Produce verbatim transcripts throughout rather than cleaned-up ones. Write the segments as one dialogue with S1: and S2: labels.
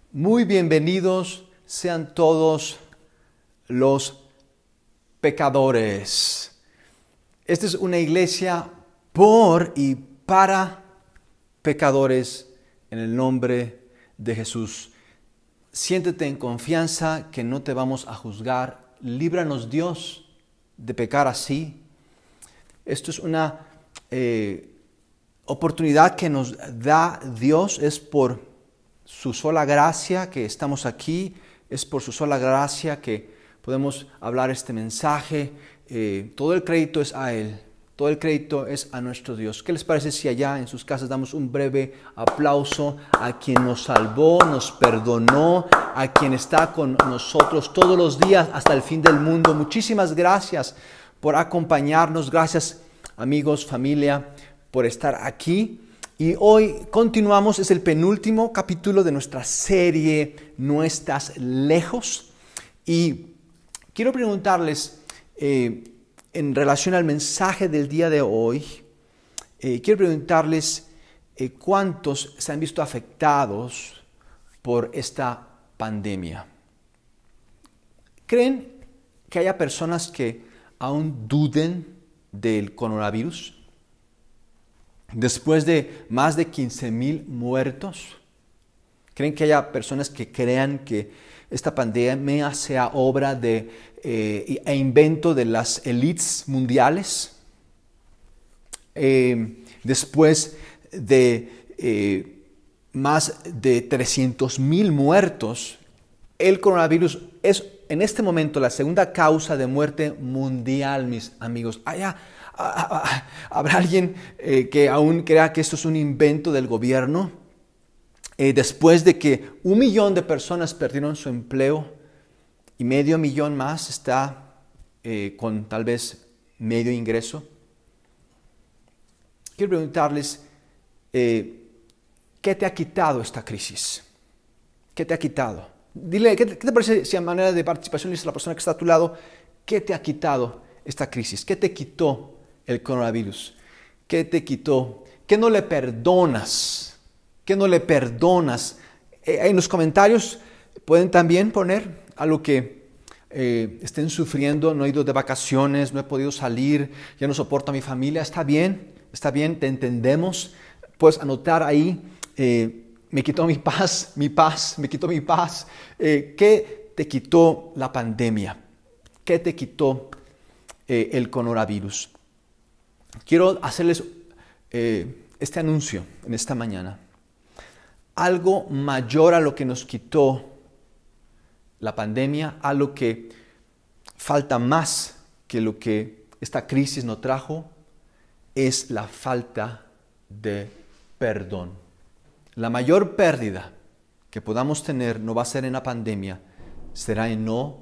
S1: Muy bienvenidos sean todos los pecadores. Esta es una iglesia por y para pecadores en el nombre de Jesús. Siéntete en confianza que no te vamos a juzgar. Líbranos, Dios, de pecar así. Esto es una eh, oportunidad que nos da Dios. Es por su sola gracia que estamos aquí. Es por su sola gracia que podemos hablar este mensaje. Eh, todo el crédito es a Él. Todo el crédito es a nuestro Dios. ¿Qué les parece si allá en sus casas damos un breve aplauso a quien nos salvó, nos perdonó, a quien está con nosotros todos los días hasta el fin del mundo? Muchísimas gracias por acompañarnos. Gracias, amigos, familia, por estar aquí. Y hoy continuamos, es el penúltimo capítulo de nuestra serie No estás lejos. Y quiero preguntarles, eh, en relación al mensaje del día de hoy, eh, quiero preguntarles eh, cuántos se han visto afectados por esta pandemia. ¿Creen que haya personas que aún duden del coronavirus? Después de más de quince mil muertos, ¿creen que haya personas que crean que esta pandemia sea obra de, eh, e invento de las élites mundiales? Eh, después de eh, más de trescientos mil muertos, el coronavirus es en este momento la segunda causa de muerte mundial, mis amigos. Haya, ¿Habrá alguien eh, que aún crea que esto es un invento del gobierno? Eh, después de que un millón de personas perdieron su empleo y medio millón más está eh, con tal vez medio ingreso. Quiero preguntarles, eh, ¿qué te ha quitado esta crisis? ¿Qué te ha quitado? Dile, ¿qué te, qué te parece si a manera de participación le dices a la persona que está a tu lado, ¿qué te ha quitado esta crisis? ¿Qué te quitó el coronavirus? ¿Qué te quitó? ¿Qué no le perdonas? ¿Qué no le perdonas? Eh, en los comentarios pueden también poner algo que eh, estén sufriendo. No he ido de vacaciones, no he podido salir, ya no soporto a mi familia. Está bien, está bien, te entendemos. Puedes anotar ahí, eh, me quitó mi paz, mi paz, me quitó mi paz. Eh, ¿Qué te quitó la pandemia? ¿Qué te quitó eh, el coronavirus? Quiero hacerles eh, este anuncio en esta mañana. Algo mayor a lo que nos quitó la pandemia, algo que falta más que lo que esta crisis nos trajo, es la falta de perdón. La mayor pérdida que podamos tener no va a ser en la pandemia, será en no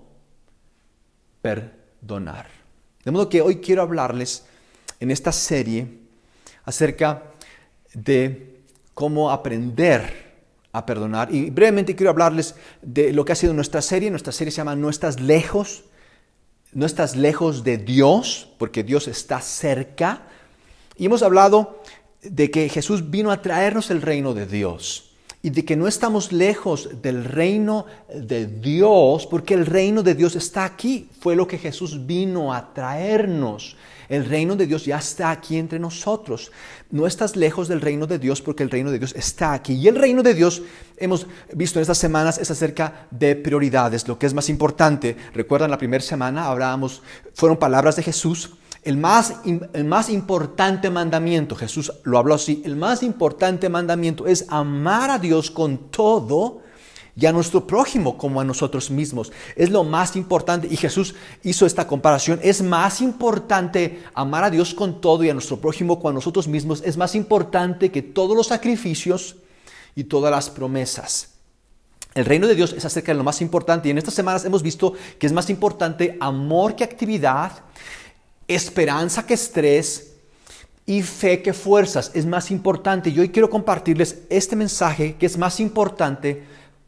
S1: perdonar. De modo que hoy quiero hablarles en esta serie acerca de cómo aprender a perdonar. Y brevemente quiero hablarles de lo que ha sido nuestra serie. Nuestra serie se llama No estás lejos. No estás lejos de Dios, porque Dios está cerca. Y hemos hablado de que Jesús vino a traernos el reino de Dios. Y de que no estamos lejos del reino de Dios, porque el reino de Dios está aquí. Fue lo que Jesús vino a traernos. El reino de Dios ya está aquí entre nosotros. No estás lejos del reino de Dios porque el reino de Dios está aquí. Y el reino de Dios, hemos visto en estas semanas, es acerca de prioridades, lo que es más importante. Recuerdan la primera semana, hablábamos, fueron palabras de Jesús. El más, el más importante mandamiento, Jesús lo habló así, el más importante mandamiento es amar a Dios con todo y a nuestro prójimo como a nosotros mismos. Es lo más importante, y Jesús hizo esta comparación. Es más importante amar a Dios con todo y a nuestro prójimo como a nosotros mismos. Es más importante que todos los sacrificios y todas las promesas. El reino de Dios es acerca de lo más importante, y en estas semanas hemos visto que es más importante amor que actividad, esperanza que estrés y fe que fuerzas. Es más importante. Y hoy quiero compartirles este mensaje que es más importante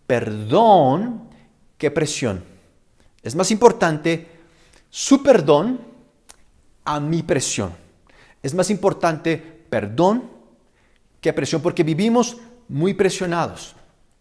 S1: perdón que presión. Es más importante su perdón a mi presión. Es más importante perdón que presión, porque vivimos muy presionados.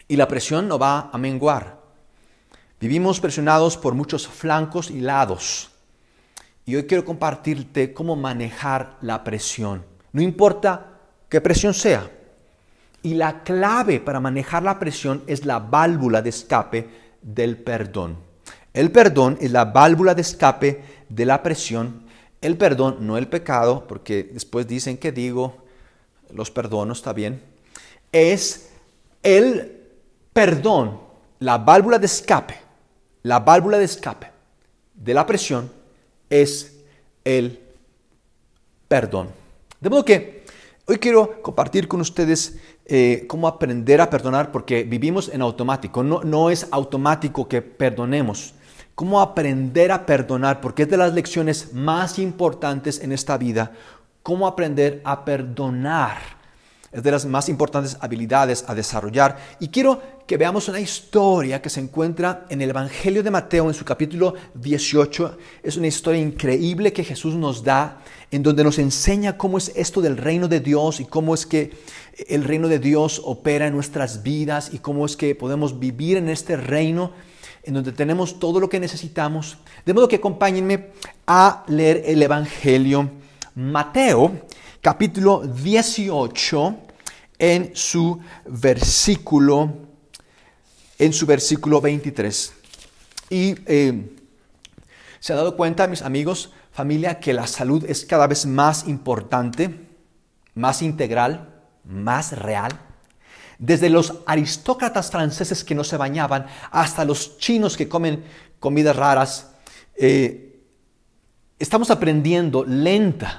S1: y la presión no va a menguar. Vivimos presionados por muchos flancos y lados. Y hoy quiero compartirte cómo manejar la presión. No importa qué presión sea. Y la clave para manejar la presión es la válvula de escape del perdón. El perdón es la válvula de escape de la presión. El perdón, no el pecado, porque después dicen que digo, los perdono, está bien. Es el perdón, la válvula de escape. La válvula de escape de la presión es el perdón. De modo que hoy quiero compartir con ustedes eh, cómo aprender a perdonar, porque vivimos en automático. No, no es automático que perdonemos. Cómo aprender a perdonar, porque es de las lecciones más importantes en esta vida. Cómo aprender a perdonar. Es de las más importantes habilidades a desarrollar. Y quiero que veamos una historia que se encuentra en el Evangelio de Mateo, en su capítulo dieciocho. Es una historia increíble que Jesús nos da, en donde nos enseña cómo es esto del reino de Dios y cómo es que el reino de Dios opera en nuestras vidas y cómo es que podemos vivir en este reino en donde tenemos todo lo que necesitamos. De modo que acompáñenme a leer el Evangelio Mateo, capítulo dieciocho, en su versículo, en su versículo veintitrés. Y eh, se ha dado cuenta, mis amigos, familia, que la salud es cada vez más importante, más integral, más real. Desde los aristócratas franceses que no se bañaban hasta los chinos que comen comidas raras, eh, estamos aprendiendo lenta,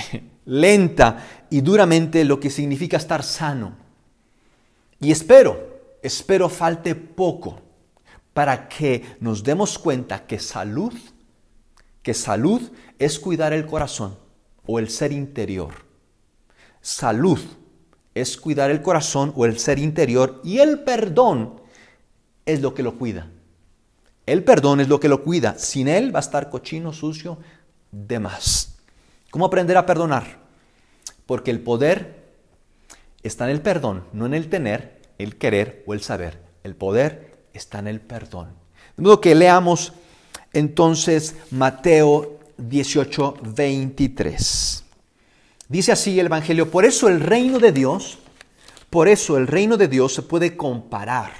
S1: lenta y duramente lo que significa estar sano. Y espero, espero falte poco para que nos demos cuenta que salud, que salud es cuidar el corazón o el ser interior. Salud es cuidar el corazón o el ser interior, y el perdón es lo que lo cuida. El perdón es lo que lo cuida. Sin él va a estar cochino, sucio, de más. ¿Cómo aprender a perdonar? Porque el poder está en el perdón, no en el tener, el querer o el saber. El poder está en el perdón. De modo que leamos entonces Mateo dieciocho, veintitrés. Dice así el Evangelio: por eso el reino de Dios, por eso el reino de Dios se puede comparar.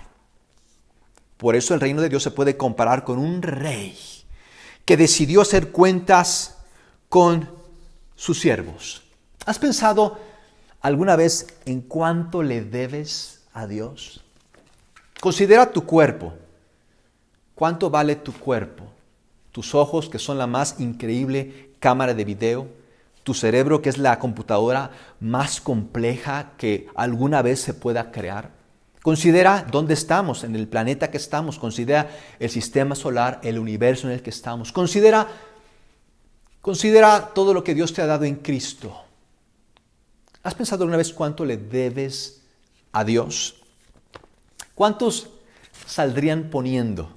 S1: Por eso el reino de Dios se puede comparar con un rey que decidió hacer cuentas con sus siervos. ¿Has pensado alguna vez en cuánto le debes a Dios? Considera tu cuerpo. ¿Cuánto vale tu cuerpo? Tus ojos, que son la más increíble cámara de video. Tu cerebro, que es la computadora más compleja que alguna vez se pueda crear. Considera dónde estamos, en el planeta que estamos. Considera el sistema solar, el universo en el que estamos. Considera, considera todo lo que Dios te ha dado en Cristo. ¿Has pensado alguna vez cuánto le debes a Dios? ¿Cuántos saldrían poniendo?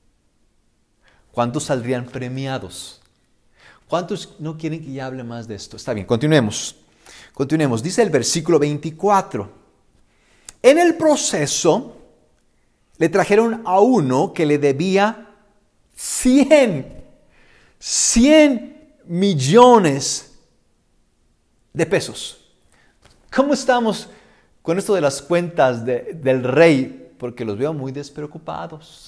S1: ¿Cuántos saldrían premiados? ¿Cuántos no quieren que ya hable más de esto? Está bien, continuemos. Continuemos. Dice el versículo veinticuatro. En el proceso le trajeron a uno que le debía cien, cien millones de pesos. ¿Cómo estamos con esto de las cuentas de, del rey? Porque los veo muy despreocupados.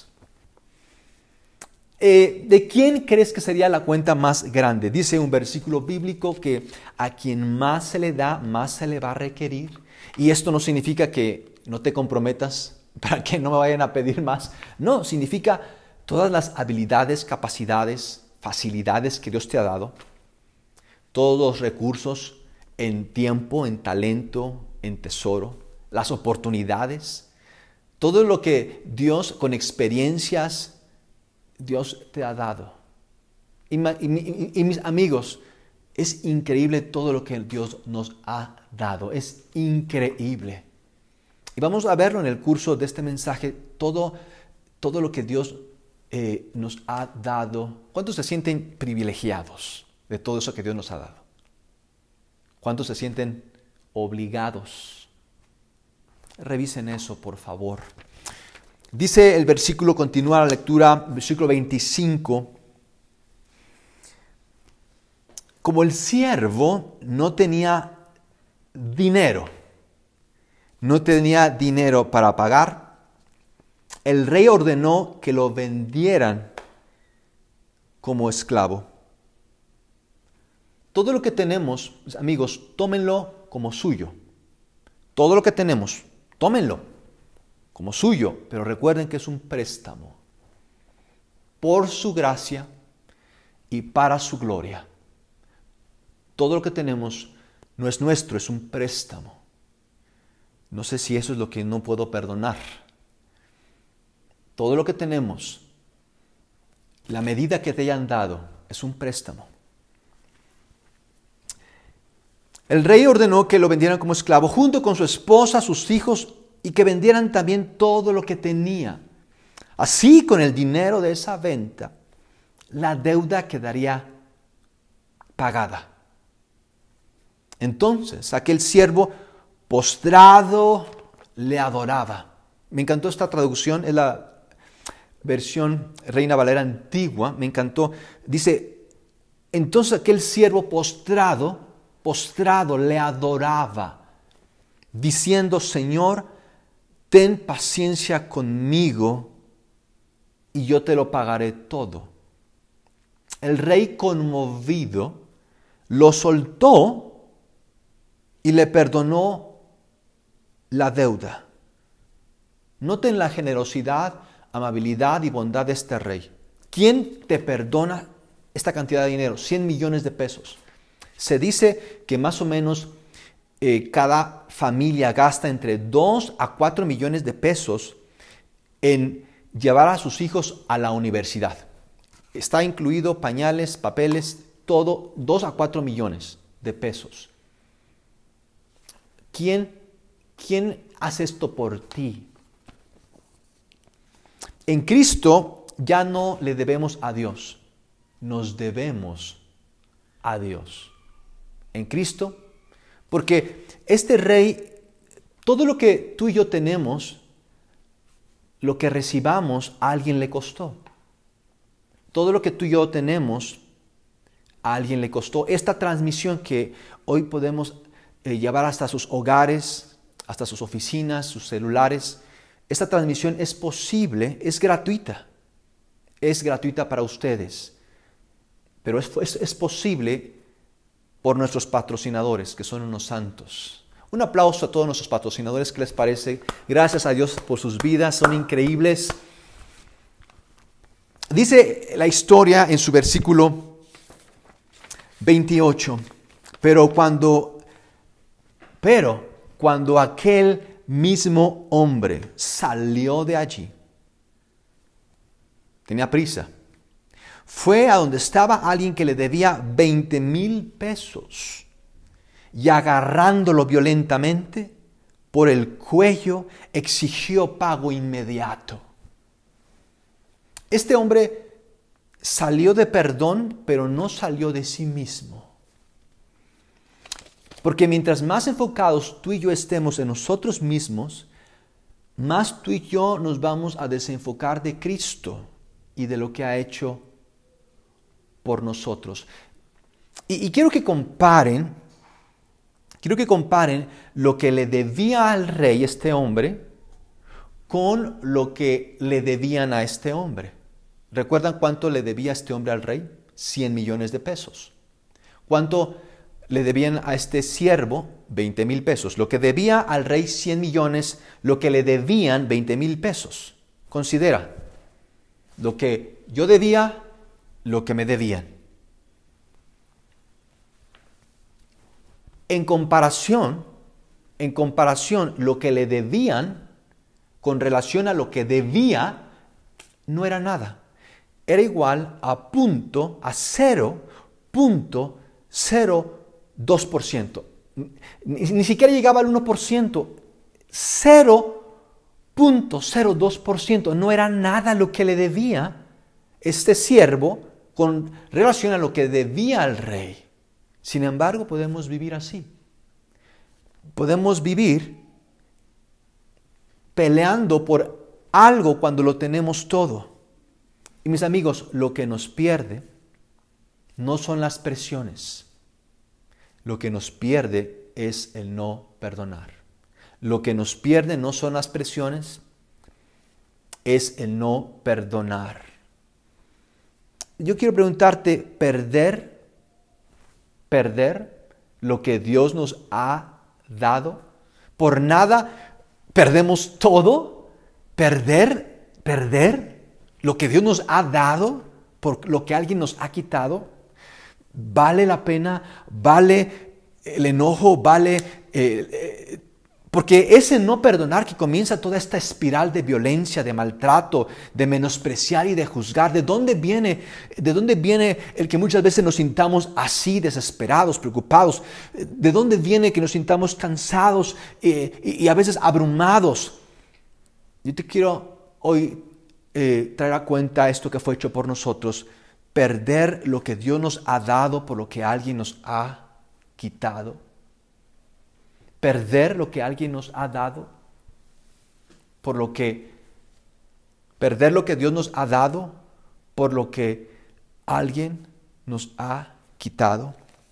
S1: Eh, ¿De quién crees que sería la cuenta más grande? Dice un versículo bíblico que a quien más se le da, más se le va a requerir. Y esto no significa que no te comprometas para que no me vayan a pedir más. No, significa todas las habilidades, capacidades, facilidades que Dios te ha dado. Todos los recursos en tiempo, en talento, en tesoro. Las oportunidades. Todo lo que Dios con experiencias Dios te ha dado. Y, y, y, y mis amigos, es increíble todo lo que Dios nos ha dado. Es increíble. Y vamos a verlo en el curso de este mensaje, todo, todo lo que Dios eh, nos ha dado. ¿Cuántos se sienten privilegiados de todo eso que Dios nos ha dado? ¿Cuántos se sienten obligados? Revisen eso, por favor. Dice el versículo, continúa la lectura, versículo veinticinco. Como el siervo no tenía dinero, no tenía dinero para pagar, el rey ordenó que lo vendieran como esclavo. Todo lo que tenemos, amigos, tómenlo como suyo. Todo lo que tenemos, tómenlo como suyo, pero recuerden que es un préstamo por su gracia y para su gloria. Todo lo que tenemos no es nuestro, es un préstamo. No sé si eso es lo que no puedo perdonar. Todo lo que tenemos, la medida que te hayan dado, es un préstamo. El rey ordenó que lo vendieran como esclavo junto con su esposa, sus hijos, y que vendieran también todo lo que tenía. Así, con el dinero de esa venta, la deuda quedaría pagada. Entonces, aquel siervo postrado le adoraba. Me encantó esta traducción, es la versión Reina Valera antigua, me encantó. Dice, entonces aquel siervo postrado, postrado le adoraba, diciendo, Señor, ten paciencia conmigo y yo te lo pagaré todo. El rey, conmovido, lo soltó y le perdonó la deuda. Noten la generosidad, amabilidad y bondad de este rey. ¿Quién te perdona esta cantidad de dinero? cien millones de pesos. Se dice que más o menos eh, cada familia gasta entre dos a cuatro millones de pesos en llevar a sus hijos a la universidad. Está incluido pañales, papeles, todo, dos a cuatro millones de pesos. ¿Quién, quién hace esto por ti? En Cristo ya no le debemos a Dios, nos debemos a Dios. En Cristo, porque este rey, todo lo que tú y yo tenemos, lo que recibamos, a alguien le costó. Todo lo que tú y yo tenemos, a alguien le costó. Esta transmisión que hoy podemos eh, llevar hasta sus hogares, hasta sus oficinas, sus celulares, esta transmisión es posible, es gratuita. Es gratuita para ustedes. Pero es, es, es posible por nuestros patrocinadores, que son unos santos. Un aplauso a todos nuestros patrocinadores, ¿qué les parece? Gracias a Dios por sus vidas, son increíbles. Dice la historia en su versículo veintiocho, pero cuando, pero cuando aquel mismo hombre salió de allí, tenía prisa, fue a donde estaba alguien que le debía veinte mil pesos y agarrándolo violentamente por el cuello exigió pago inmediato. Este hombre salió de perdón, pero no salió de sí mismo. Porque mientras más enfocados tú y yo estemos en nosotros mismos, más tú y yo nos vamos a desenfocar de Cristo y de lo que ha hecho por nosotros. Y, y quiero que comparen, quiero que comparen lo que le debía al rey este hombre con lo que le debían a este hombre. ¿Recuerdan cuánto le debía este hombre al rey? cien millones de pesos. ¿Cuánto le debían a este siervo? veinte mil pesos. Lo que debía al rey cien millones, lo que le debían veinte mil pesos. Considera, lo que yo debía, lo que me debían. En comparación, en comparación, lo que le debían con relación a lo que debía, no era nada. Era igual a punto, a cero punto cero dos por ciento. Ni, ni siquiera llegaba al uno por ciento. cero punto cero dos por ciento. No era nada lo que le debía este siervo con relación a lo que debía al rey. Sin embargo, podemos vivir así. Podemos vivir peleando por algo cuando lo tenemos todo. Y mis amigos, lo que nos pierde no son las presiones. Lo que nos pierde es el no perdonar. Lo que nos pierde no son las presiones, es el no perdonar. Yo quiero preguntarte, ¿perder, perder lo que Dios nos ha dado? ¿Por nada perdemos todo? ¿Perder, perder lo que Dios nos ha dado por lo que alguien nos ha quitado? ¿Vale la pena? ¿Vale el enojo? ¿Vale? Eh, eh, porque ese no perdonar que comienza toda esta espiral de violencia, de maltrato, de menospreciar y de juzgar. ¿De dónde viene, de dónde viene el que muchas veces nos sintamos así, desesperados, preocupados? ¿De dónde viene que nos sintamos cansados eh, y, y a veces abrumados? Yo te quiero hoy eh, traer a cuenta esto que fue hecho por nosotros. Perder lo que Dios nos ha dado por lo que alguien nos ha quitado. Perder lo que alguien nos ha dado por lo que perder lo que Dios nos ha dado por lo que alguien nos ha quitado.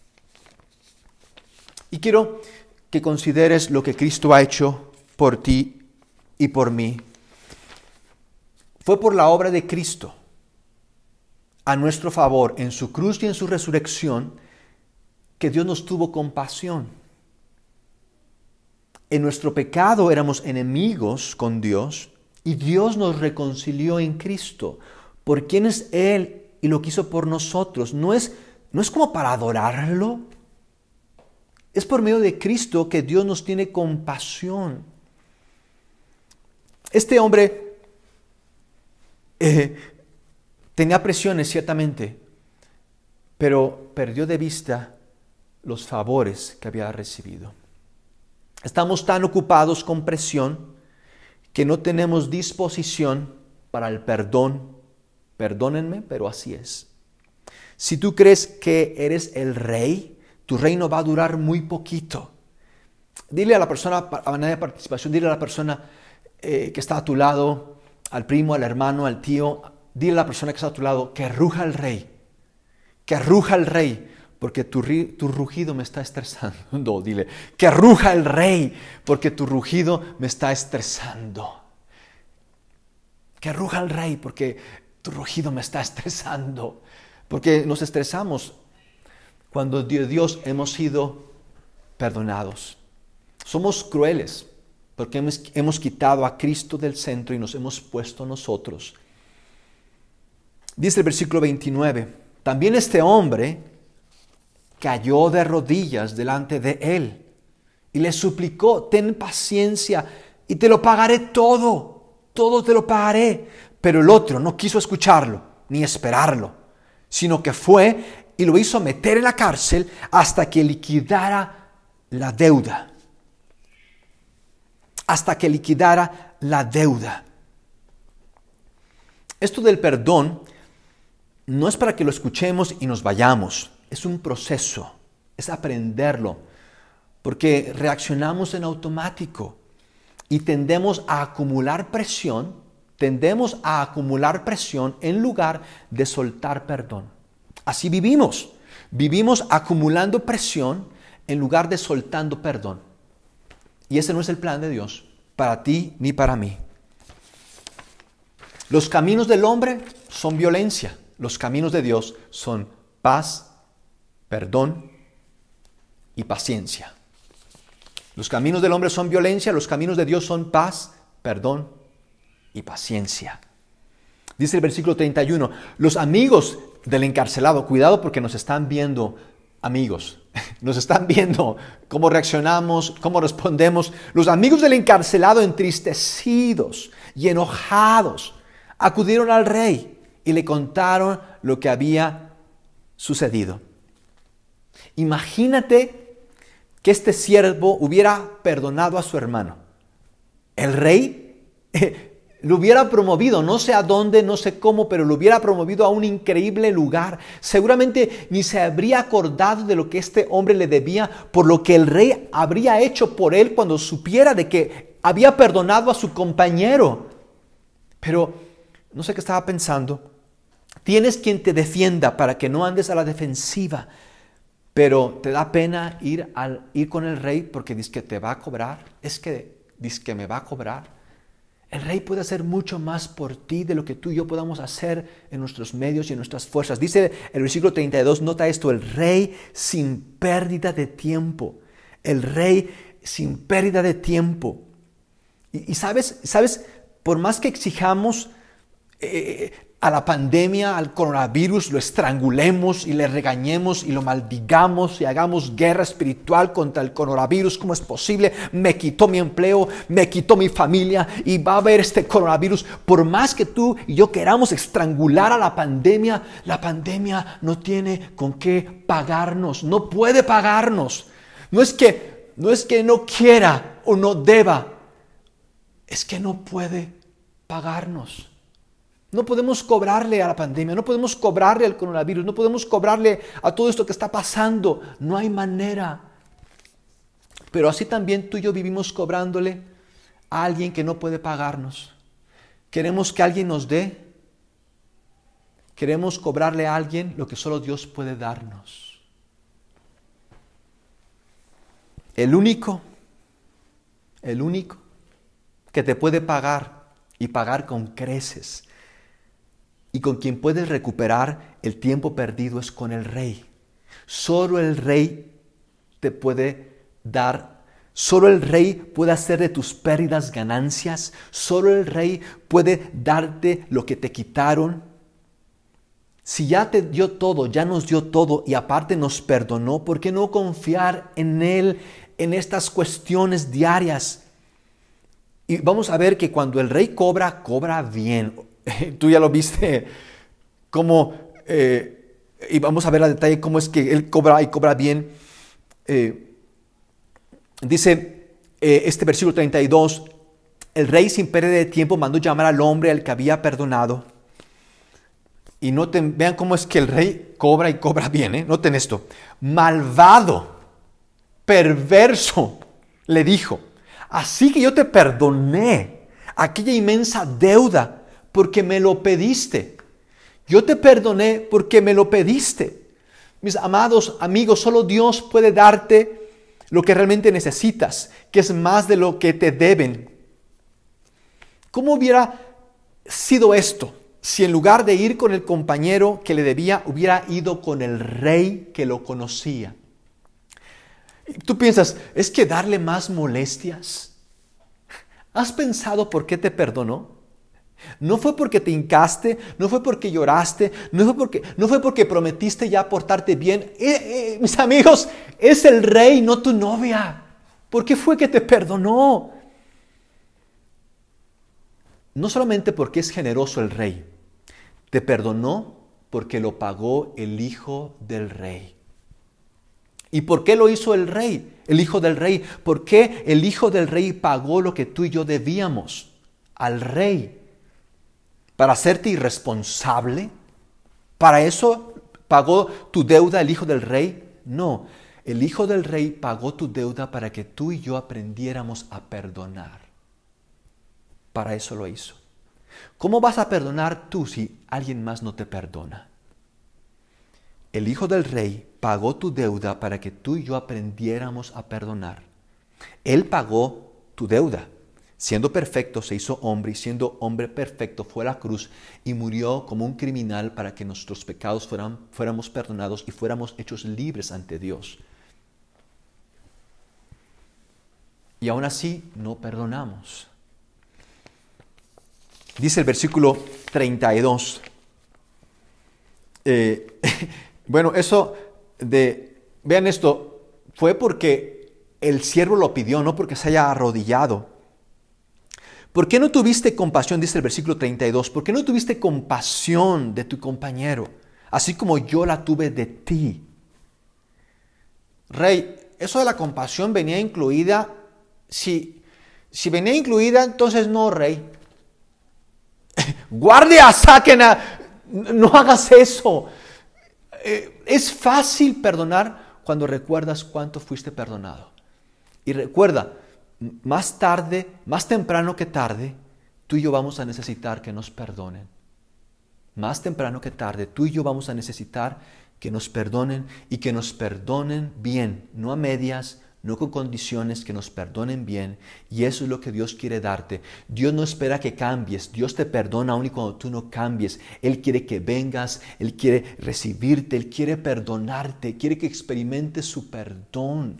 S1: Y quiero que consideres lo que Cristo ha hecho por ti y por mí. Fue por la obra de Cristo a nuestro favor en su cruz y en su resurrección que Dios nos tuvo compasión. En nuestro pecado éramos enemigos con Dios y Dios nos reconcilió en Cristo. ¿Por quién es Él y lo que hizo por nosotros? No es, no es como para adorarlo. Es por medio de Cristo que Dios nos tiene compasión. Este hombre eh, tenía presiones ciertamente, pero perdió de vista los favores que había recibido. Estamos tan ocupados con presión que no tenemos disposición para el perdón. Perdónenme, pero así es. Si tú crees que eres el rey, tu reino va a durar muy poquito. Dile a la persona, a manera de participación, dile a la persona eh, que está a tu lado, al primo, al hermano, al tío, dile a la persona que está a tu lado, que ruja el rey, que ruja el rey. Porque tu, tu rugido me está estresando. Dile, que ruja el rey, porque tu rugido me está estresando. Que ruja el rey, porque tu rugido me está estresando. Porque nos estresamos cuando de Dios hemos sido perdonados. Somos crueles, porque hemos, hemos quitado a Cristo del centro y nos hemos puesto nosotros. Dice el versículo veintinueve, también este hombre cayó de rodillas delante de él y le suplicó, ten paciencia y te lo pagaré todo, todo te lo pagaré. Pero el otro no quiso escucharlo ni esperarlo, sino que fue y lo hizo meter en la cárcel hasta que liquidara la deuda. Hasta que liquidara la deuda. Esto del perdón no es para que lo escuchemos y nos vayamos. Es un proceso, es aprenderlo, porque reaccionamos en automático y tendemos a acumular presión, tendemos a acumular presión en lugar de soltar perdón. Así vivimos, vivimos acumulando presión en lugar de soltando perdón. Y ese no es el plan de Dios para ti ni para mí. Los caminos del hombre son violencia, los caminos de Dios son paz, perdón y paciencia. Los caminos del hombre son violencia, los caminos de Dios son paz, perdón y paciencia. Dice el versículo treinta y uno, los amigos del encarcelado, cuidado porque nos están viendo amigos, nos están viendo cómo reaccionamos, cómo respondemos. Los amigos del encarcelado, entristecidos y enojados, acudieron al rey y le contaron lo que había sucedido. Imagínate que este siervo hubiera perdonado a su hermano. El rey eh, lo hubiera promovido, no sé a dónde, no sé cómo, pero lo hubiera promovido a un increíble lugar. Seguramente ni se habría acordado de lo que este hombre le debía, por lo que el rey habría hecho por él cuando supiera de que había perdonado a su compañero. Pero no sé qué estaba pensando. Tienes quien te defienda para que no andes a la defensiva, pero te da pena ir, al, ir con el rey porque dice que te va a cobrar. Es que dice que me va a cobrar. El rey puede hacer mucho más por ti de lo que tú y yo podamos hacer en nuestros medios y en nuestras fuerzas. Dice el versículo treinta y dos, nota esto, el rey sin pérdida de tiempo. El rey sin pérdida de tiempo. Y, y sabes, sabes, por más que exijamos eh, a la pandemia, al coronavirus, lo estrangulemos y le regañemos y lo maldigamos y hagamos guerra espiritual contra el coronavirus, ¿cómo es posible? Me quitó mi empleo, me quitó mi familia y va a haber este coronavirus. Por más que tú y yo queramos estrangular a la pandemia, la pandemia no tiene con qué pagarnos, no puede pagarnos. No es que no, es que no quiera o no deba, es que no puede pagarnos. No podemos cobrarle a la pandemia, no podemos cobrarle al coronavirus, no podemos cobrarle a todo esto que está pasando. No hay manera. Pero así también tú y yo vivimos cobrándole a alguien que no puede pagarnos. Queremos que alguien nos dé. Queremos cobrarle a alguien lo que solo Dios puede darnos. El único, el único que te puede pagar y pagar con creces y con quien puedes recuperar el tiempo perdido es con el rey. Solo el rey te puede dar, solo el rey puede hacer de tus pérdidas ganancias, solo el rey puede darte lo que te quitaron. Si ya te dio todo, ya nos dio todo y aparte nos perdonó, ¿por qué no confiar en Él en estas cuestiones diarias? Y vamos a ver que cuando el rey cobra, cobra bien. Tú ya lo viste, cómo, eh, y vamos a ver a detalle cómo es que él cobra y cobra bien. Eh, dice eh, este versículo treinta y dos, el rey sin pérdida de tiempo mandó llamar al hombre al que había perdonado. Y noten, vean cómo es que el rey cobra y cobra bien, ¿eh? Noten esto, malvado, perverso, le dijo, así que yo te perdoné aquella inmensa deuda porque me lo pediste. Yo te perdoné porque me lo pediste. Mis amados amigos, solo Dios puede darte lo que realmente necesitas, que es más de lo que te deben. ¿Cómo hubiera sido esto si en lugar de ir con el compañero que le debía, hubiera ido con el rey que lo conocía? Tú piensas, ¿es que darle más molestias? ¿Has pensado por qué te perdonó? No fue porque te hincaste, no fue porque lloraste, no fue porque, no fue porque prometiste ya portarte bien. Eh, eh, mis amigos, es el rey, no tu novia. ¿Por qué fue que te perdonó? No solamente porque es generoso el rey, te perdonó porque lo pagó el hijo del rey. ¿Y por qué lo hizo el rey, el hijo del rey? ¿Por qué el hijo del rey pagó lo que tú y yo debíamos al rey? ¿Para hacerte irresponsable? ¿Para eso pagó tu deuda el hijo del rey? No, el hijo del rey pagó tu deuda para que tú y yo aprendiéramos a perdonar. Para eso lo hizo. ¿Cómo vas a perdonar tú si alguien más no te perdona? El hijo del rey pagó tu deuda para que tú y yo aprendiéramos a perdonar. Él pagó tu deuda. Siendo perfecto, se hizo hombre y siendo hombre perfecto fue a la cruz y murió como un criminal para que nuestros pecados fueran, fuéramos perdonados y fuéramos hechos libres ante Dios. Y aún así no perdonamos. Dice el versículo treinta y dos. Eh, bueno, eso de, vean esto, fue porque el siervo lo pidió, no porque se haya arrodillado. ¿Por qué no tuviste compasión? Dice el versículo treinta y dos. ¿Por qué no tuviste compasión de tu compañero, así como yo la tuve de ti? Rey, eso de la compasión venía incluida. Si, si venía incluida, entonces no, rey. Guardia, saquen a... No hagas eso. Eh, es fácil perdonar cuando recuerdas cuánto fuiste perdonado. Y recuerda, más tarde, más temprano que tarde, tú y yo vamos a necesitar que nos perdonen. Más temprano que tarde, tú y yo vamos a necesitar que nos perdonen y que nos perdonen bien, no a medias, no con condiciones, que nos perdonen bien. Y eso es lo que Dios quiere darte. Dios no espera que cambies. Dios te perdona aun y cuando tú no cambies. Él quiere que vengas, Él quiere recibirte, Él quiere perdonarte, quiere que experimentes su perdón.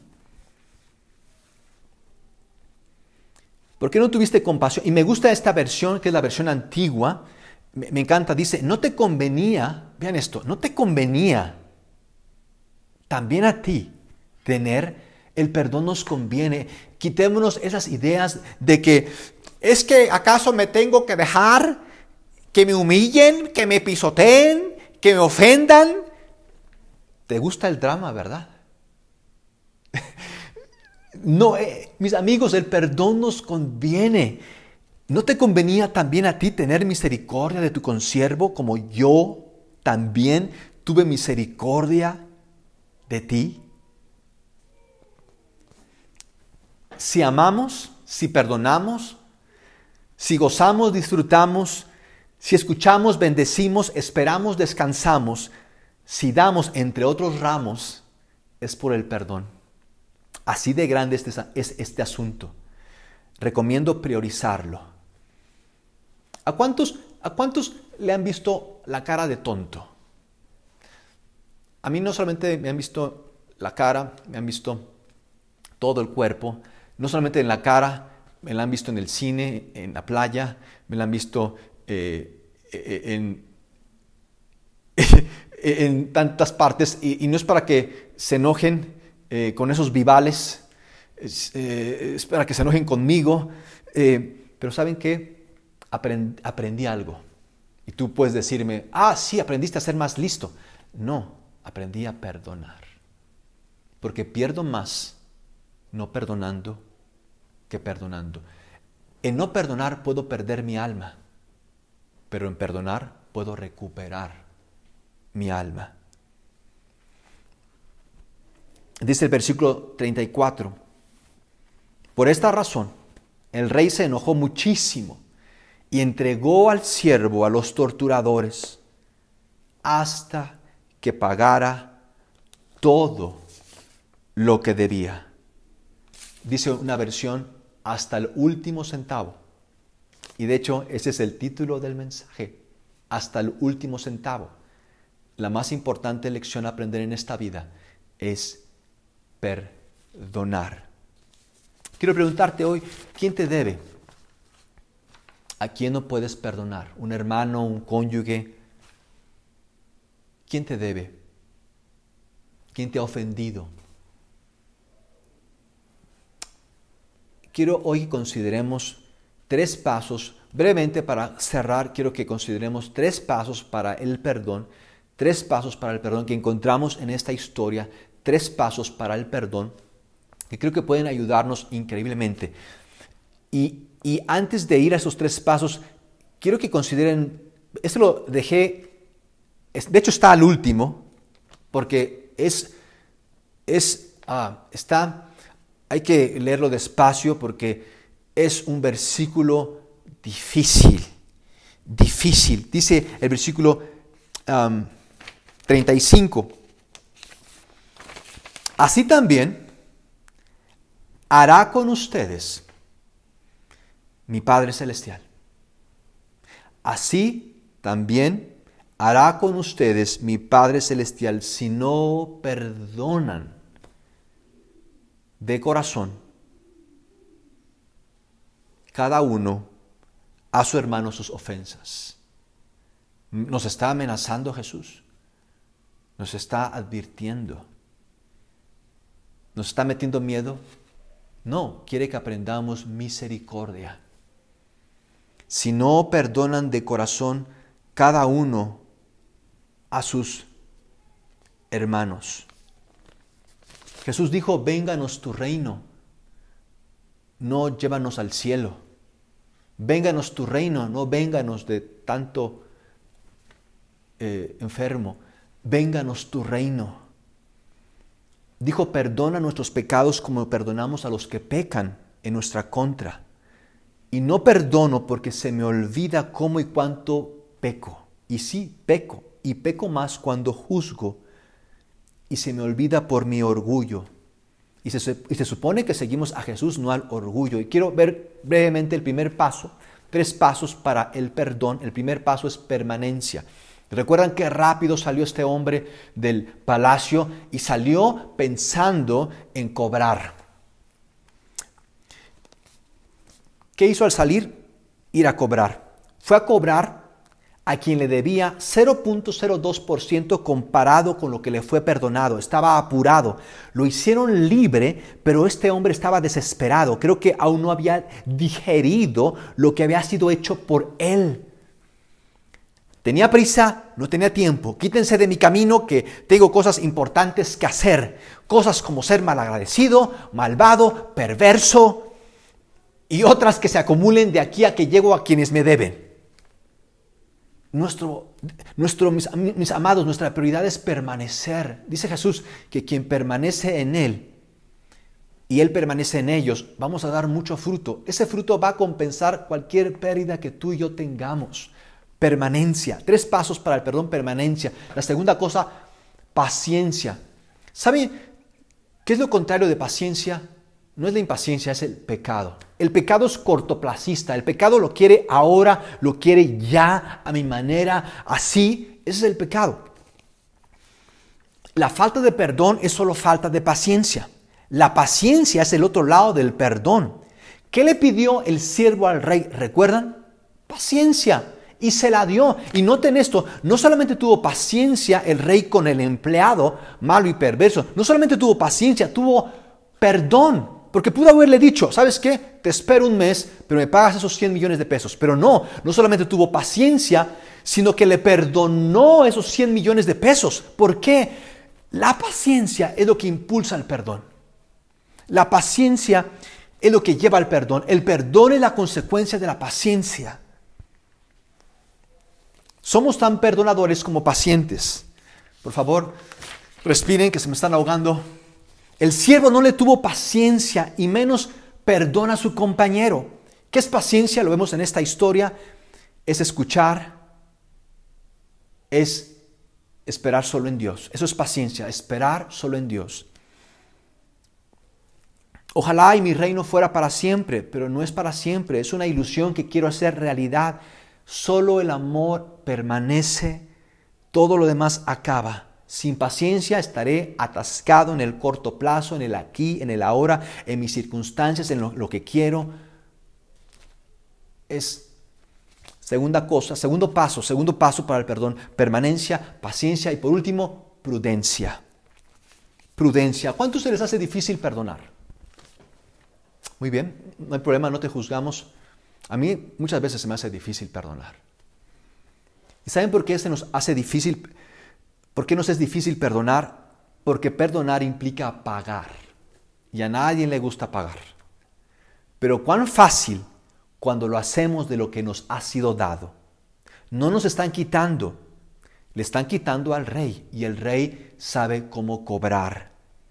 S1: ¿Por qué no tuviste compasión? Y me gusta esta versión, que es la versión antigua. Me, me encanta, dice, no te convenía, vean esto, no te convenía también a ti tener. El perdón nos conviene. Quitémonos esas ideas de que es que acaso me tengo que dejar que me humillen, que me pisoteen, que me ofendan. ¿Te gusta el drama, verdad? No, eh, mis amigos, el perdón nos conviene. ¿No te convenía también a ti tener misericordia de tu consiervo como yo también tuve misericordia de ti? Si amamos, si perdonamos, si gozamos, disfrutamos, si escuchamos, bendecimos, esperamos, descansamos, si damos, entre otros ramos, es por el perdón. Así de grande este, es este asunto. Recomiendo priorizarlo. ¿A cuántos, ¿A cuántos le han visto la cara de tonto? A mí no solamente me han visto la cara, me han visto todo el cuerpo. No solamente en la cara, me la han visto en el cine, en la playa, me la han visto eh, en, en tantas partes. Y, y no es para que se enojen eh, con esos vivales, es, eh, es para que se enojen conmigo. Eh, pero ¿saben qué? Aprend, aprendí algo. Y tú puedes decirme, ah, sí, aprendiste a ser más listo. No, aprendí a perdonar. Porque pierdo más no perdonando que perdonando. En no perdonar puedo perder mi alma, pero en perdonar puedo recuperar mi alma. Dice el versículo treinta y cuatro, por esta razón el rey se enojó muchísimo y entregó al siervo a los torturadores hasta que pagara todo lo que debía. Dice una versión, hasta el último centavo. Y de hecho, ese es el título del mensaje, hasta el último centavo. La más importante lección a aprender en esta vida es perdonar. Quiero preguntarte hoy, ¿quién te debe? ¿A quién no puedes perdonar? ¿Un hermano, un cónyuge? ¿Quién te debe? ¿Quién te ha ofendido? Quiero hoy que consideremos tres pasos, brevemente para cerrar, quiero que consideremos tres pasos para el perdón, tres pasos para el perdón que encontramos en esta historia, tres pasos para el perdón que creo que pueden ayudarnos increíblemente. Y, y antes de ir a esos tres pasos, quiero que consideren, esto lo dejé, de hecho está al último, porque es, es, ah, está... Hay que leerlo despacio porque es un versículo difícil, difícil. Dice el versículo um, treinta y cinco. Así también hará con ustedes mi Padre Celestial. Así también hará con ustedes mi Padre Celestial si no perdonan de corazón cada uno a su hermano sus ofensas. Nos está amenazando Jesús, nos está advirtiendo, nos está metiendo miedo. No, quiere que aprendamos misericordia. Si no perdonan de corazón cada uno a sus hermanos. Jesús dijo, vénganos tu reino, no llévanos al cielo. Vénganos tu reino, no vénganos de tanto eh, enfermo. Vénganos tu reino. Dijo, perdona nuestros pecados como perdonamos a los que pecan en nuestra contra. Y no perdono porque se me olvida cómo y cuánto peco. Y sí, peco. Y peco más cuando juzgo. Y se me olvida por mi orgullo. Y se, y se supone que seguimos a Jesús, no al orgullo. Y quiero ver brevemente el primer paso. Tres pasos para el perdón. El primer paso es permanencia. ¿Recuerdan qué rápido salió este hombre del palacio? Y salió pensando en cobrar. ¿Qué hizo al salir? Ir a cobrar. Fue a cobrar a quien le debía cero punto cero dos por ciento comparado con lo que le fue perdonado. Estaba apurado. Lo hicieron libre, pero este hombre estaba desesperado. Creo que aún no había digerido lo que había sido hecho por él. Tenía prisa, no tenía tiempo. Quítense de mi camino que tengo cosas importantes que hacer. Cosas como ser malagradecido, malvado, perverso y otras que se acumulen de aquí a que llego a quienes me deben. Nuestro, nuestro, mis, mis amados, nuestra prioridad es permanecer. Dice Jesús que quien permanece en Él y Él permanece en ellos, vamos a dar mucho fruto. Ese fruto va a compensar cualquier pérdida que tú y yo tengamos. Permanencia. Tres pasos para el perdón, permanencia. La segunda cosa, paciencia. ¿Sabe qué es lo contrario de paciencia? No es la impaciencia, es el pecado. El pecado es cortoplacista. El pecado lo quiere ahora, lo quiere ya, a mi manera, así. Ese es el pecado. La falta de perdón es solo falta de paciencia. La paciencia es el otro lado del perdón. ¿Qué le pidió el siervo al rey? ¿Recuerdan? Paciencia. Y se la dio. Y noten esto, no solamente tuvo paciencia el rey con el empleado malo y perverso, no solamente tuvo paciencia, tuvo perdón. Porque pudo haberle dicho, ¿sabes qué? Te espero un mes, pero me pagas esos cien millones de pesos. Pero no, no solamente tuvo paciencia, sino que le perdonó esos cien millones de pesos. ¿Por qué? La paciencia es lo que impulsa el perdón. La paciencia es lo que lleva al perdón. El perdón es la consecuencia de la paciencia. Somos tan perdonadores como pacientes. Por favor, respiren que se me están ahogando. El siervo no le tuvo paciencia y menos perdona a su compañero. ¿Qué es paciencia? Lo vemos en esta historia. Es escuchar. Es esperar solo en Dios. Eso es paciencia, esperar solo en Dios. Ojalá y mi reino fuera para siempre, pero no es para siempre. Es una ilusión que quiero hacer realidad. Solo el amor permanece, todo lo demás acaba. Sin paciencia estaré atascado en el corto plazo, en el aquí, en el ahora, en mis circunstancias, en lo, lo que quiero. Es segunda cosa, segundo paso, segundo paso para el perdón, permanencia, paciencia y por último, prudencia. Prudencia. ¿Cuánto se les hace difícil perdonar? Muy bien, no hay problema, no te juzgamos. A mí muchas veces se me hace difícil perdonar. ¿Y saben por qué se nos hace difícil? ¿Por qué nos es difícil perdonar? Porque perdonar implica pagar. Y a nadie le gusta pagar. Pero cuán fácil cuando lo hacemos de lo que nos ha sido dado. No nos están quitando. Le están quitando al rey. Y el rey sabe cómo cobrar.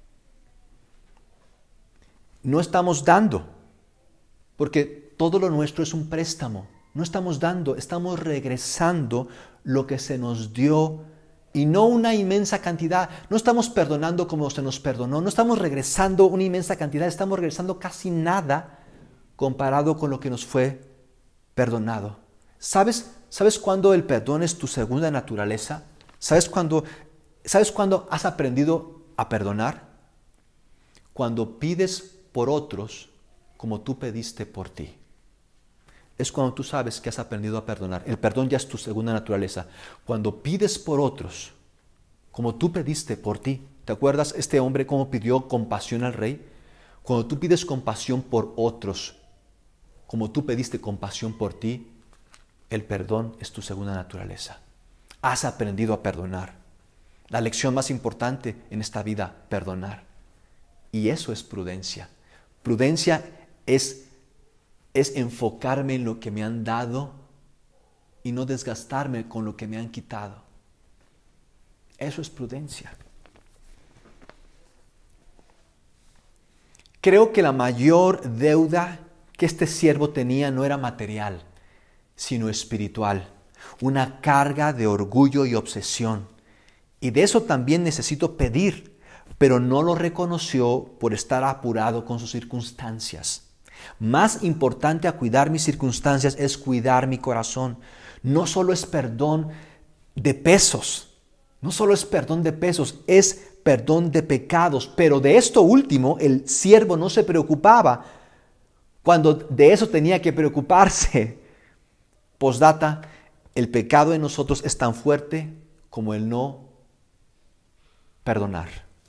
S1: No estamos dando. Porque todo lo nuestro es un préstamo. No estamos dando, estamos regresando lo que se nos dio y no una inmensa cantidad. No estamos perdonando como se nos perdonó, no estamos regresando una inmensa cantidad, estamos regresando casi nada comparado con lo que nos fue perdonado. ¿Sabes, ¿sabes cuándo el perdón es tu segunda naturaleza? ¿Sabes cuándo, ¿Sabes cuándo has aprendido a perdonar? Cuando pides por otros como tú pediste por ti. Es cuando tú sabes que has aprendido a perdonar. El perdón ya es tu segunda naturaleza. Cuando pides por otros, como tú pediste por ti. ¿Te acuerdas este hombre cómo pidió compasión al rey? Cuando tú pides compasión por otros, como tú pediste compasión por ti, el perdón es tu segunda naturaleza. Has aprendido a perdonar. La lección más importante en esta vida, perdonar. Y eso es prudencia. Prudencia es es enfocarme en lo que me han dado y no desgastarme con lo que me han quitado. Eso es prudencia. Creo que la mayor deuda que este siervo tenía no era material, sino espiritual. Una carga de orgullo y obsesión. Y de eso también necesito pedir, pero no lo reconoció por estar apurado con sus circunstancias. Más importante a cuidar mis circunstancias es cuidar mi corazón. No solo es perdón de pesos, no solo es perdón de pesos, es perdón de pecados. Pero de esto último, el siervo no se preocupaba cuando de eso tenía que preocuparse. Postdata, el pecado en nosotros es tan fuerte como el no perdonar.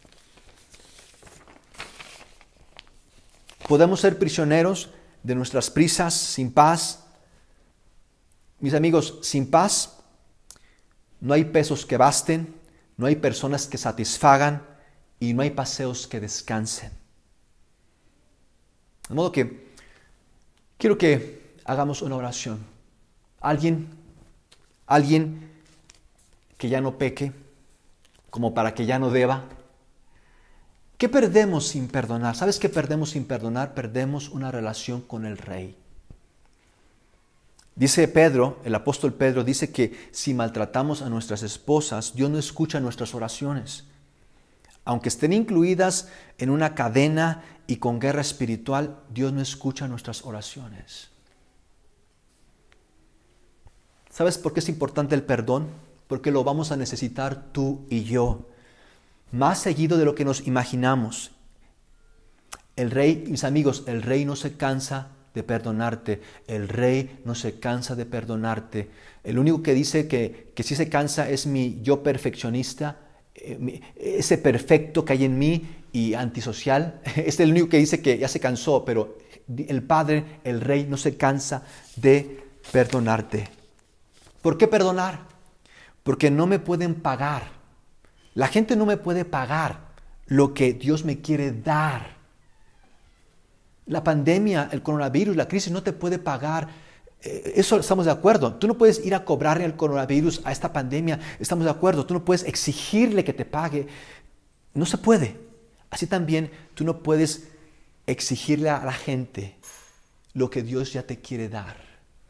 S1: Podemos ser prisioneros de nuestras prisas, sin paz. Mis amigos, sin paz no hay pesos que basten, no hay personas que satisfagan y no hay paseos que descansen. De modo que quiero que hagamos una oración. Alguien, alguien que ya no peque, como para que ya no deba. ¿Qué perdemos sin perdonar? ¿Sabes qué perdemos sin perdonar? Perdemos una relación con el Rey. Dice Pedro, el apóstol Pedro, dice que si maltratamos a nuestras esposas, Dios no escucha nuestras oraciones. Aunque estén incluidas en una cadena y con guerra espiritual, Dios no escucha nuestras oraciones. ¿Sabes por qué es importante el perdón? Porque lo vamos a necesitar tú y yo, más seguido de lo que nos imaginamos. El Rey, mis amigos, el Rey no se cansa de perdonarte. El Rey no se cansa de perdonarte. El único que dice que, que sí se cansa es mi yo perfeccionista, eh, mi, ese perfecto que hay en mí y antisocial. Es el único que dice que ya se cansó, pero el Padre, el Rey, no se cansa de perdonarte. ¿Por qué perdonar? Porque no me pueden pagar. La gente no me puede pagar lo que Dios me quiere dar. La pandemia, el coronavirus, la crisis no te puede pagar. Eso estamos de acuerdo. Tú no puedes ir a cobrarle al coronavirus, a esta pandemia. Estamos de acuerdo. Tú no puedes exigirle que te pague. No se puede. Así también tú no puedes exigirle a la gente lo que Dios ya te quiere dar.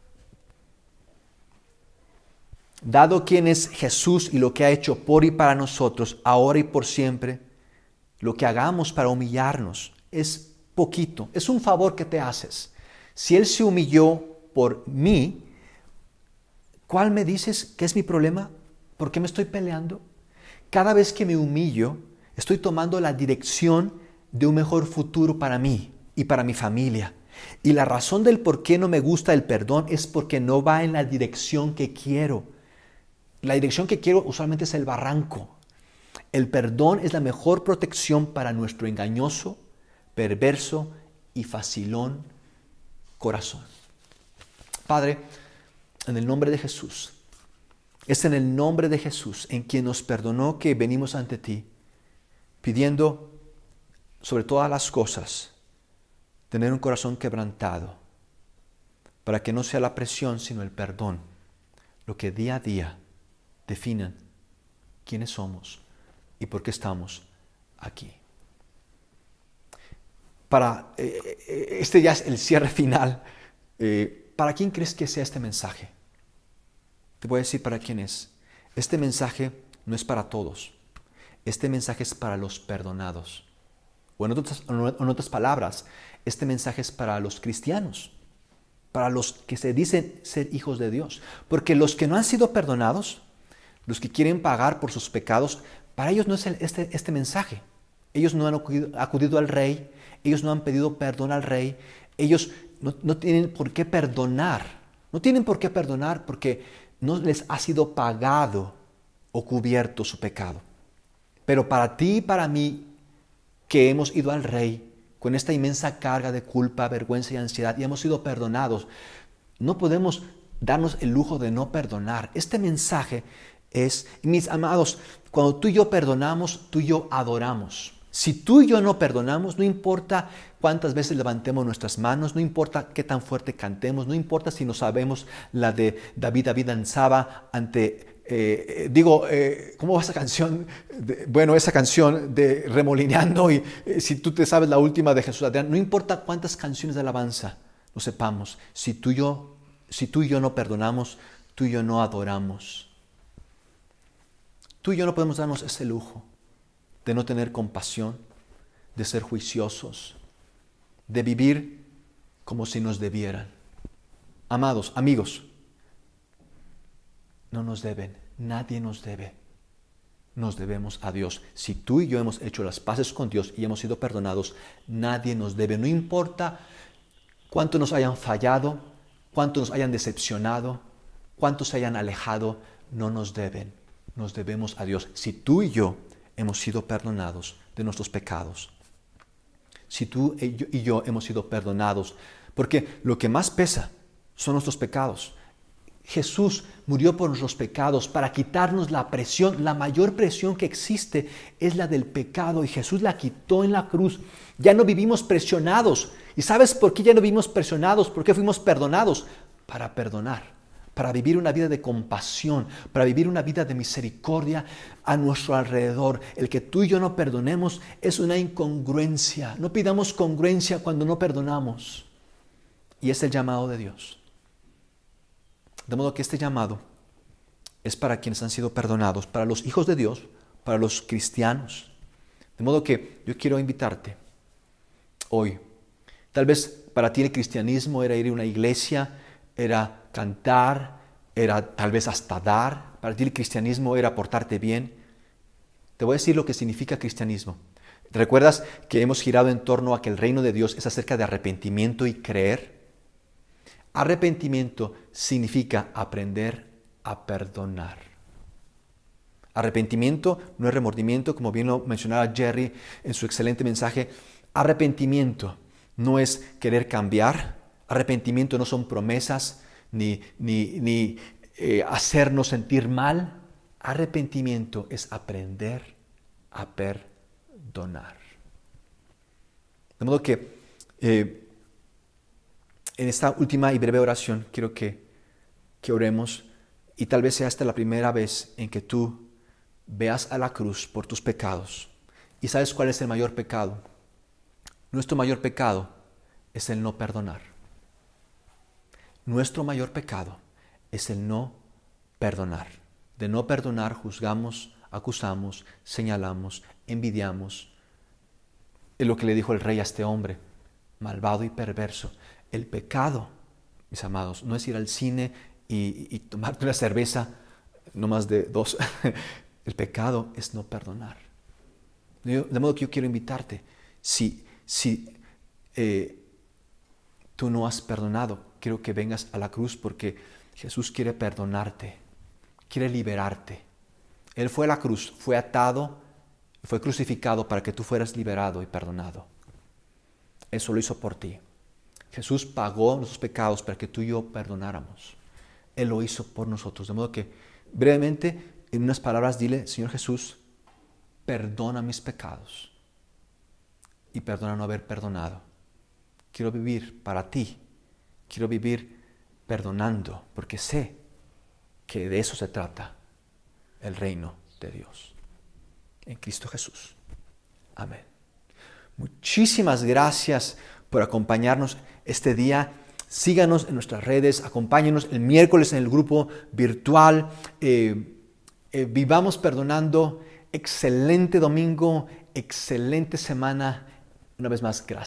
S1: Dado quién es Jesús y lo que ha hecho por y para nosotros, ahora y por siempre, lo que hagamos para humillarnos es poquito, es un favor que te haces. Si Él se humilló por mí, ¿cuál me dices que es mi problema? ¿Por qué me estoy peleando? Cada vez que me humillo, estoy tomando la dirección de un mejor futuro para mí y para mi familia. Y la razón del por qué no me gusta el perdón es porque no va en la dirección que quiero. La dirección que quiero usualmente es el barranco. El perdón es la mejor protección para nuestro engañoso, perverso y facilón corazón. Padre, en el nombre de Jesús, es en el nombre de Jesús en quien nos perdonó que venimos ante ti, pidiendo sobre todas las cosas tener un corazón quebrantado, para que no sea la presión sino el perdón, lo que día a día definan quiénes somos y por qué estamos aquí. Para, eh, este ya es el cierre final. Eh, ¿Para quién crees que sea este mensaje? Te voy a decir para quién es. Este mensaje no es para todos. Este mensaje es para los perdonados. O en otras, en otras palabras, este mensaje es para los cristianos, para los que se dicen ser hijos de Dios. Porque los que no han sido perdonados, los que quieren pagar por sus pecados, para ellos no es el, este, este mensaje. Ellos no han acudido, acudido al Rey, ellos no han pedido perdón al Rey, ellos no, no tienen por qué perdonar. No tienen por qué perdonar porque no les ha sido pagado o cubierto su pecado. Pero para ti y para mí, que hemos ido al Rey con esta inmensa carga de culpa, vergüenza y ansiedad y hemos sido perdonados, no podemos darnos el lujo de no perdonar. Este mensaje es, mis amados, cuando tú y yo perdonamos, tú y yo adoramos. Si tú y yo no perdonamos, no importa cuántas veces levantemos nuestras manos, no importa qué tan fuerte cantemos, no importa si no sabemos la de David, David danzaba ante, eh, digo, eh, ¿cómo va esa canción? De, bueno, esa canción de Remolineando y eh, si tú te sabes la última de Jesús Adrián, no importa cuántas canciones de alabanza lo sepamos. Si tú y yo, si tú y yo no perdonamos, tú y yo no adoramos. Tú y yo no podemos darnos ese lujo de no tener compasión, de ser juiciosos, de vivir como si nos debieran. Amados, amigos, no nos deben, nadie nos debe. Nos debemos a Dios. Si tú y yo hemos hecho las paces con Dios y hemos sido perdonados, nadie nos debe. No importa cuánto nos hayan fallado, cuánto nos hayan decepcionado, cuánto se hayan alejado, no nos deben. Nos debemos a Dios. Si tú y yo hemos sido perdonados de nuestros pecados, si tú y yo, y yo hemos sido perdonados, porque lo que más pesa son nuestros pecados. Jesús murió por nuestros pecados para quitarnos la presión. La mayor presión que existe es la del pecado y Jesús la quitó en la cruz. Ya no vivimos presionados. ¿Y sabes por qué ya no vivimos presionados? ¿Por qué fuimos perdonados? Para perdonar, para vivir una vida de compasión, para vivir una vida de misericordia a nuestro alrededor. El que tú y yo no perdonemos es una incongruencia. No pidamos congruencia cuando no perdonamos. Y es el llamado de Dios. De modo que este llamado es para quienes han sido perdonados, para los hijos de Dios, para los cristianos. De modo que yo quiero invitarte hoy. Tal vez para ti el cristianismo era ir a una iglesia, era cantar, era tal vez hasta dar. Para ti el cristianismo era portarte bien. Te voy a decir lo que significa cristianismo. ¿Recuerdas que hemos girado en torno a que el reino de Dios es acerca de arrepentimiento y creer? Arrepentimiento significa aprender a perdonar. Arrepentimiento no es remordimiento, como bien lo mencionaba Jerry en su excelente mensaje. Arrepentimiento no es querer cambiar. Arrepentimiento no son promesas ni, ni, ni eh, hacernos sentir mal. Arrepentimiento es aprender a perdonar. De modo que eh, en esta última y breve oración quiero que, que oremos y tal vez sea esta la primera vez en que tú veas a la cruz por tus pecados. ¿Y sabes cuál es el mayor pecado? Nuestro mayor pecado es el no perdonar. Nuestro mayor pecado es el no perdonar. De no perdonar juzgamos, acusamos, señalamos, envidiamos. Es lo que le dijo el rey a este hombre, malvado y perverso. El pecado, mis amados, no es ir al cine y, y tomarte una cerveza, no más de dos. El pecado es no perdonar. De modo que yo quiero invitarte, si, si eh, tú no has perdonado, quiero que vengas a la cruz porque Jesús quiere perdonarte, quiere liberarte. Él fue a la cruz, fue atado, fue crucificado para que tú fueras liberado y perdonado. Eso lo hizo por ti. Jesús pagó nuestros pecados para que tú y yo perdonáramos. Él lo hizo por nosotros. De modo que, brevemente, en unas palabras, dile, Señor Jesús, perdona mis pecados y perdona no haber perdonado. Quiero vivir para ti. Quiero vivir perdonando, porque sé que de eso se trata el reino de Dios. En Cristo Jesús. Amén. Muchísimas gracias por acompañarnos este día. Síganos en nuestras redes, acompáñenos el miércoles en el grupo virtual. Eh, eh, vivamos perdonando. Excelente domingo, excelente semana. Una vez más, gracias.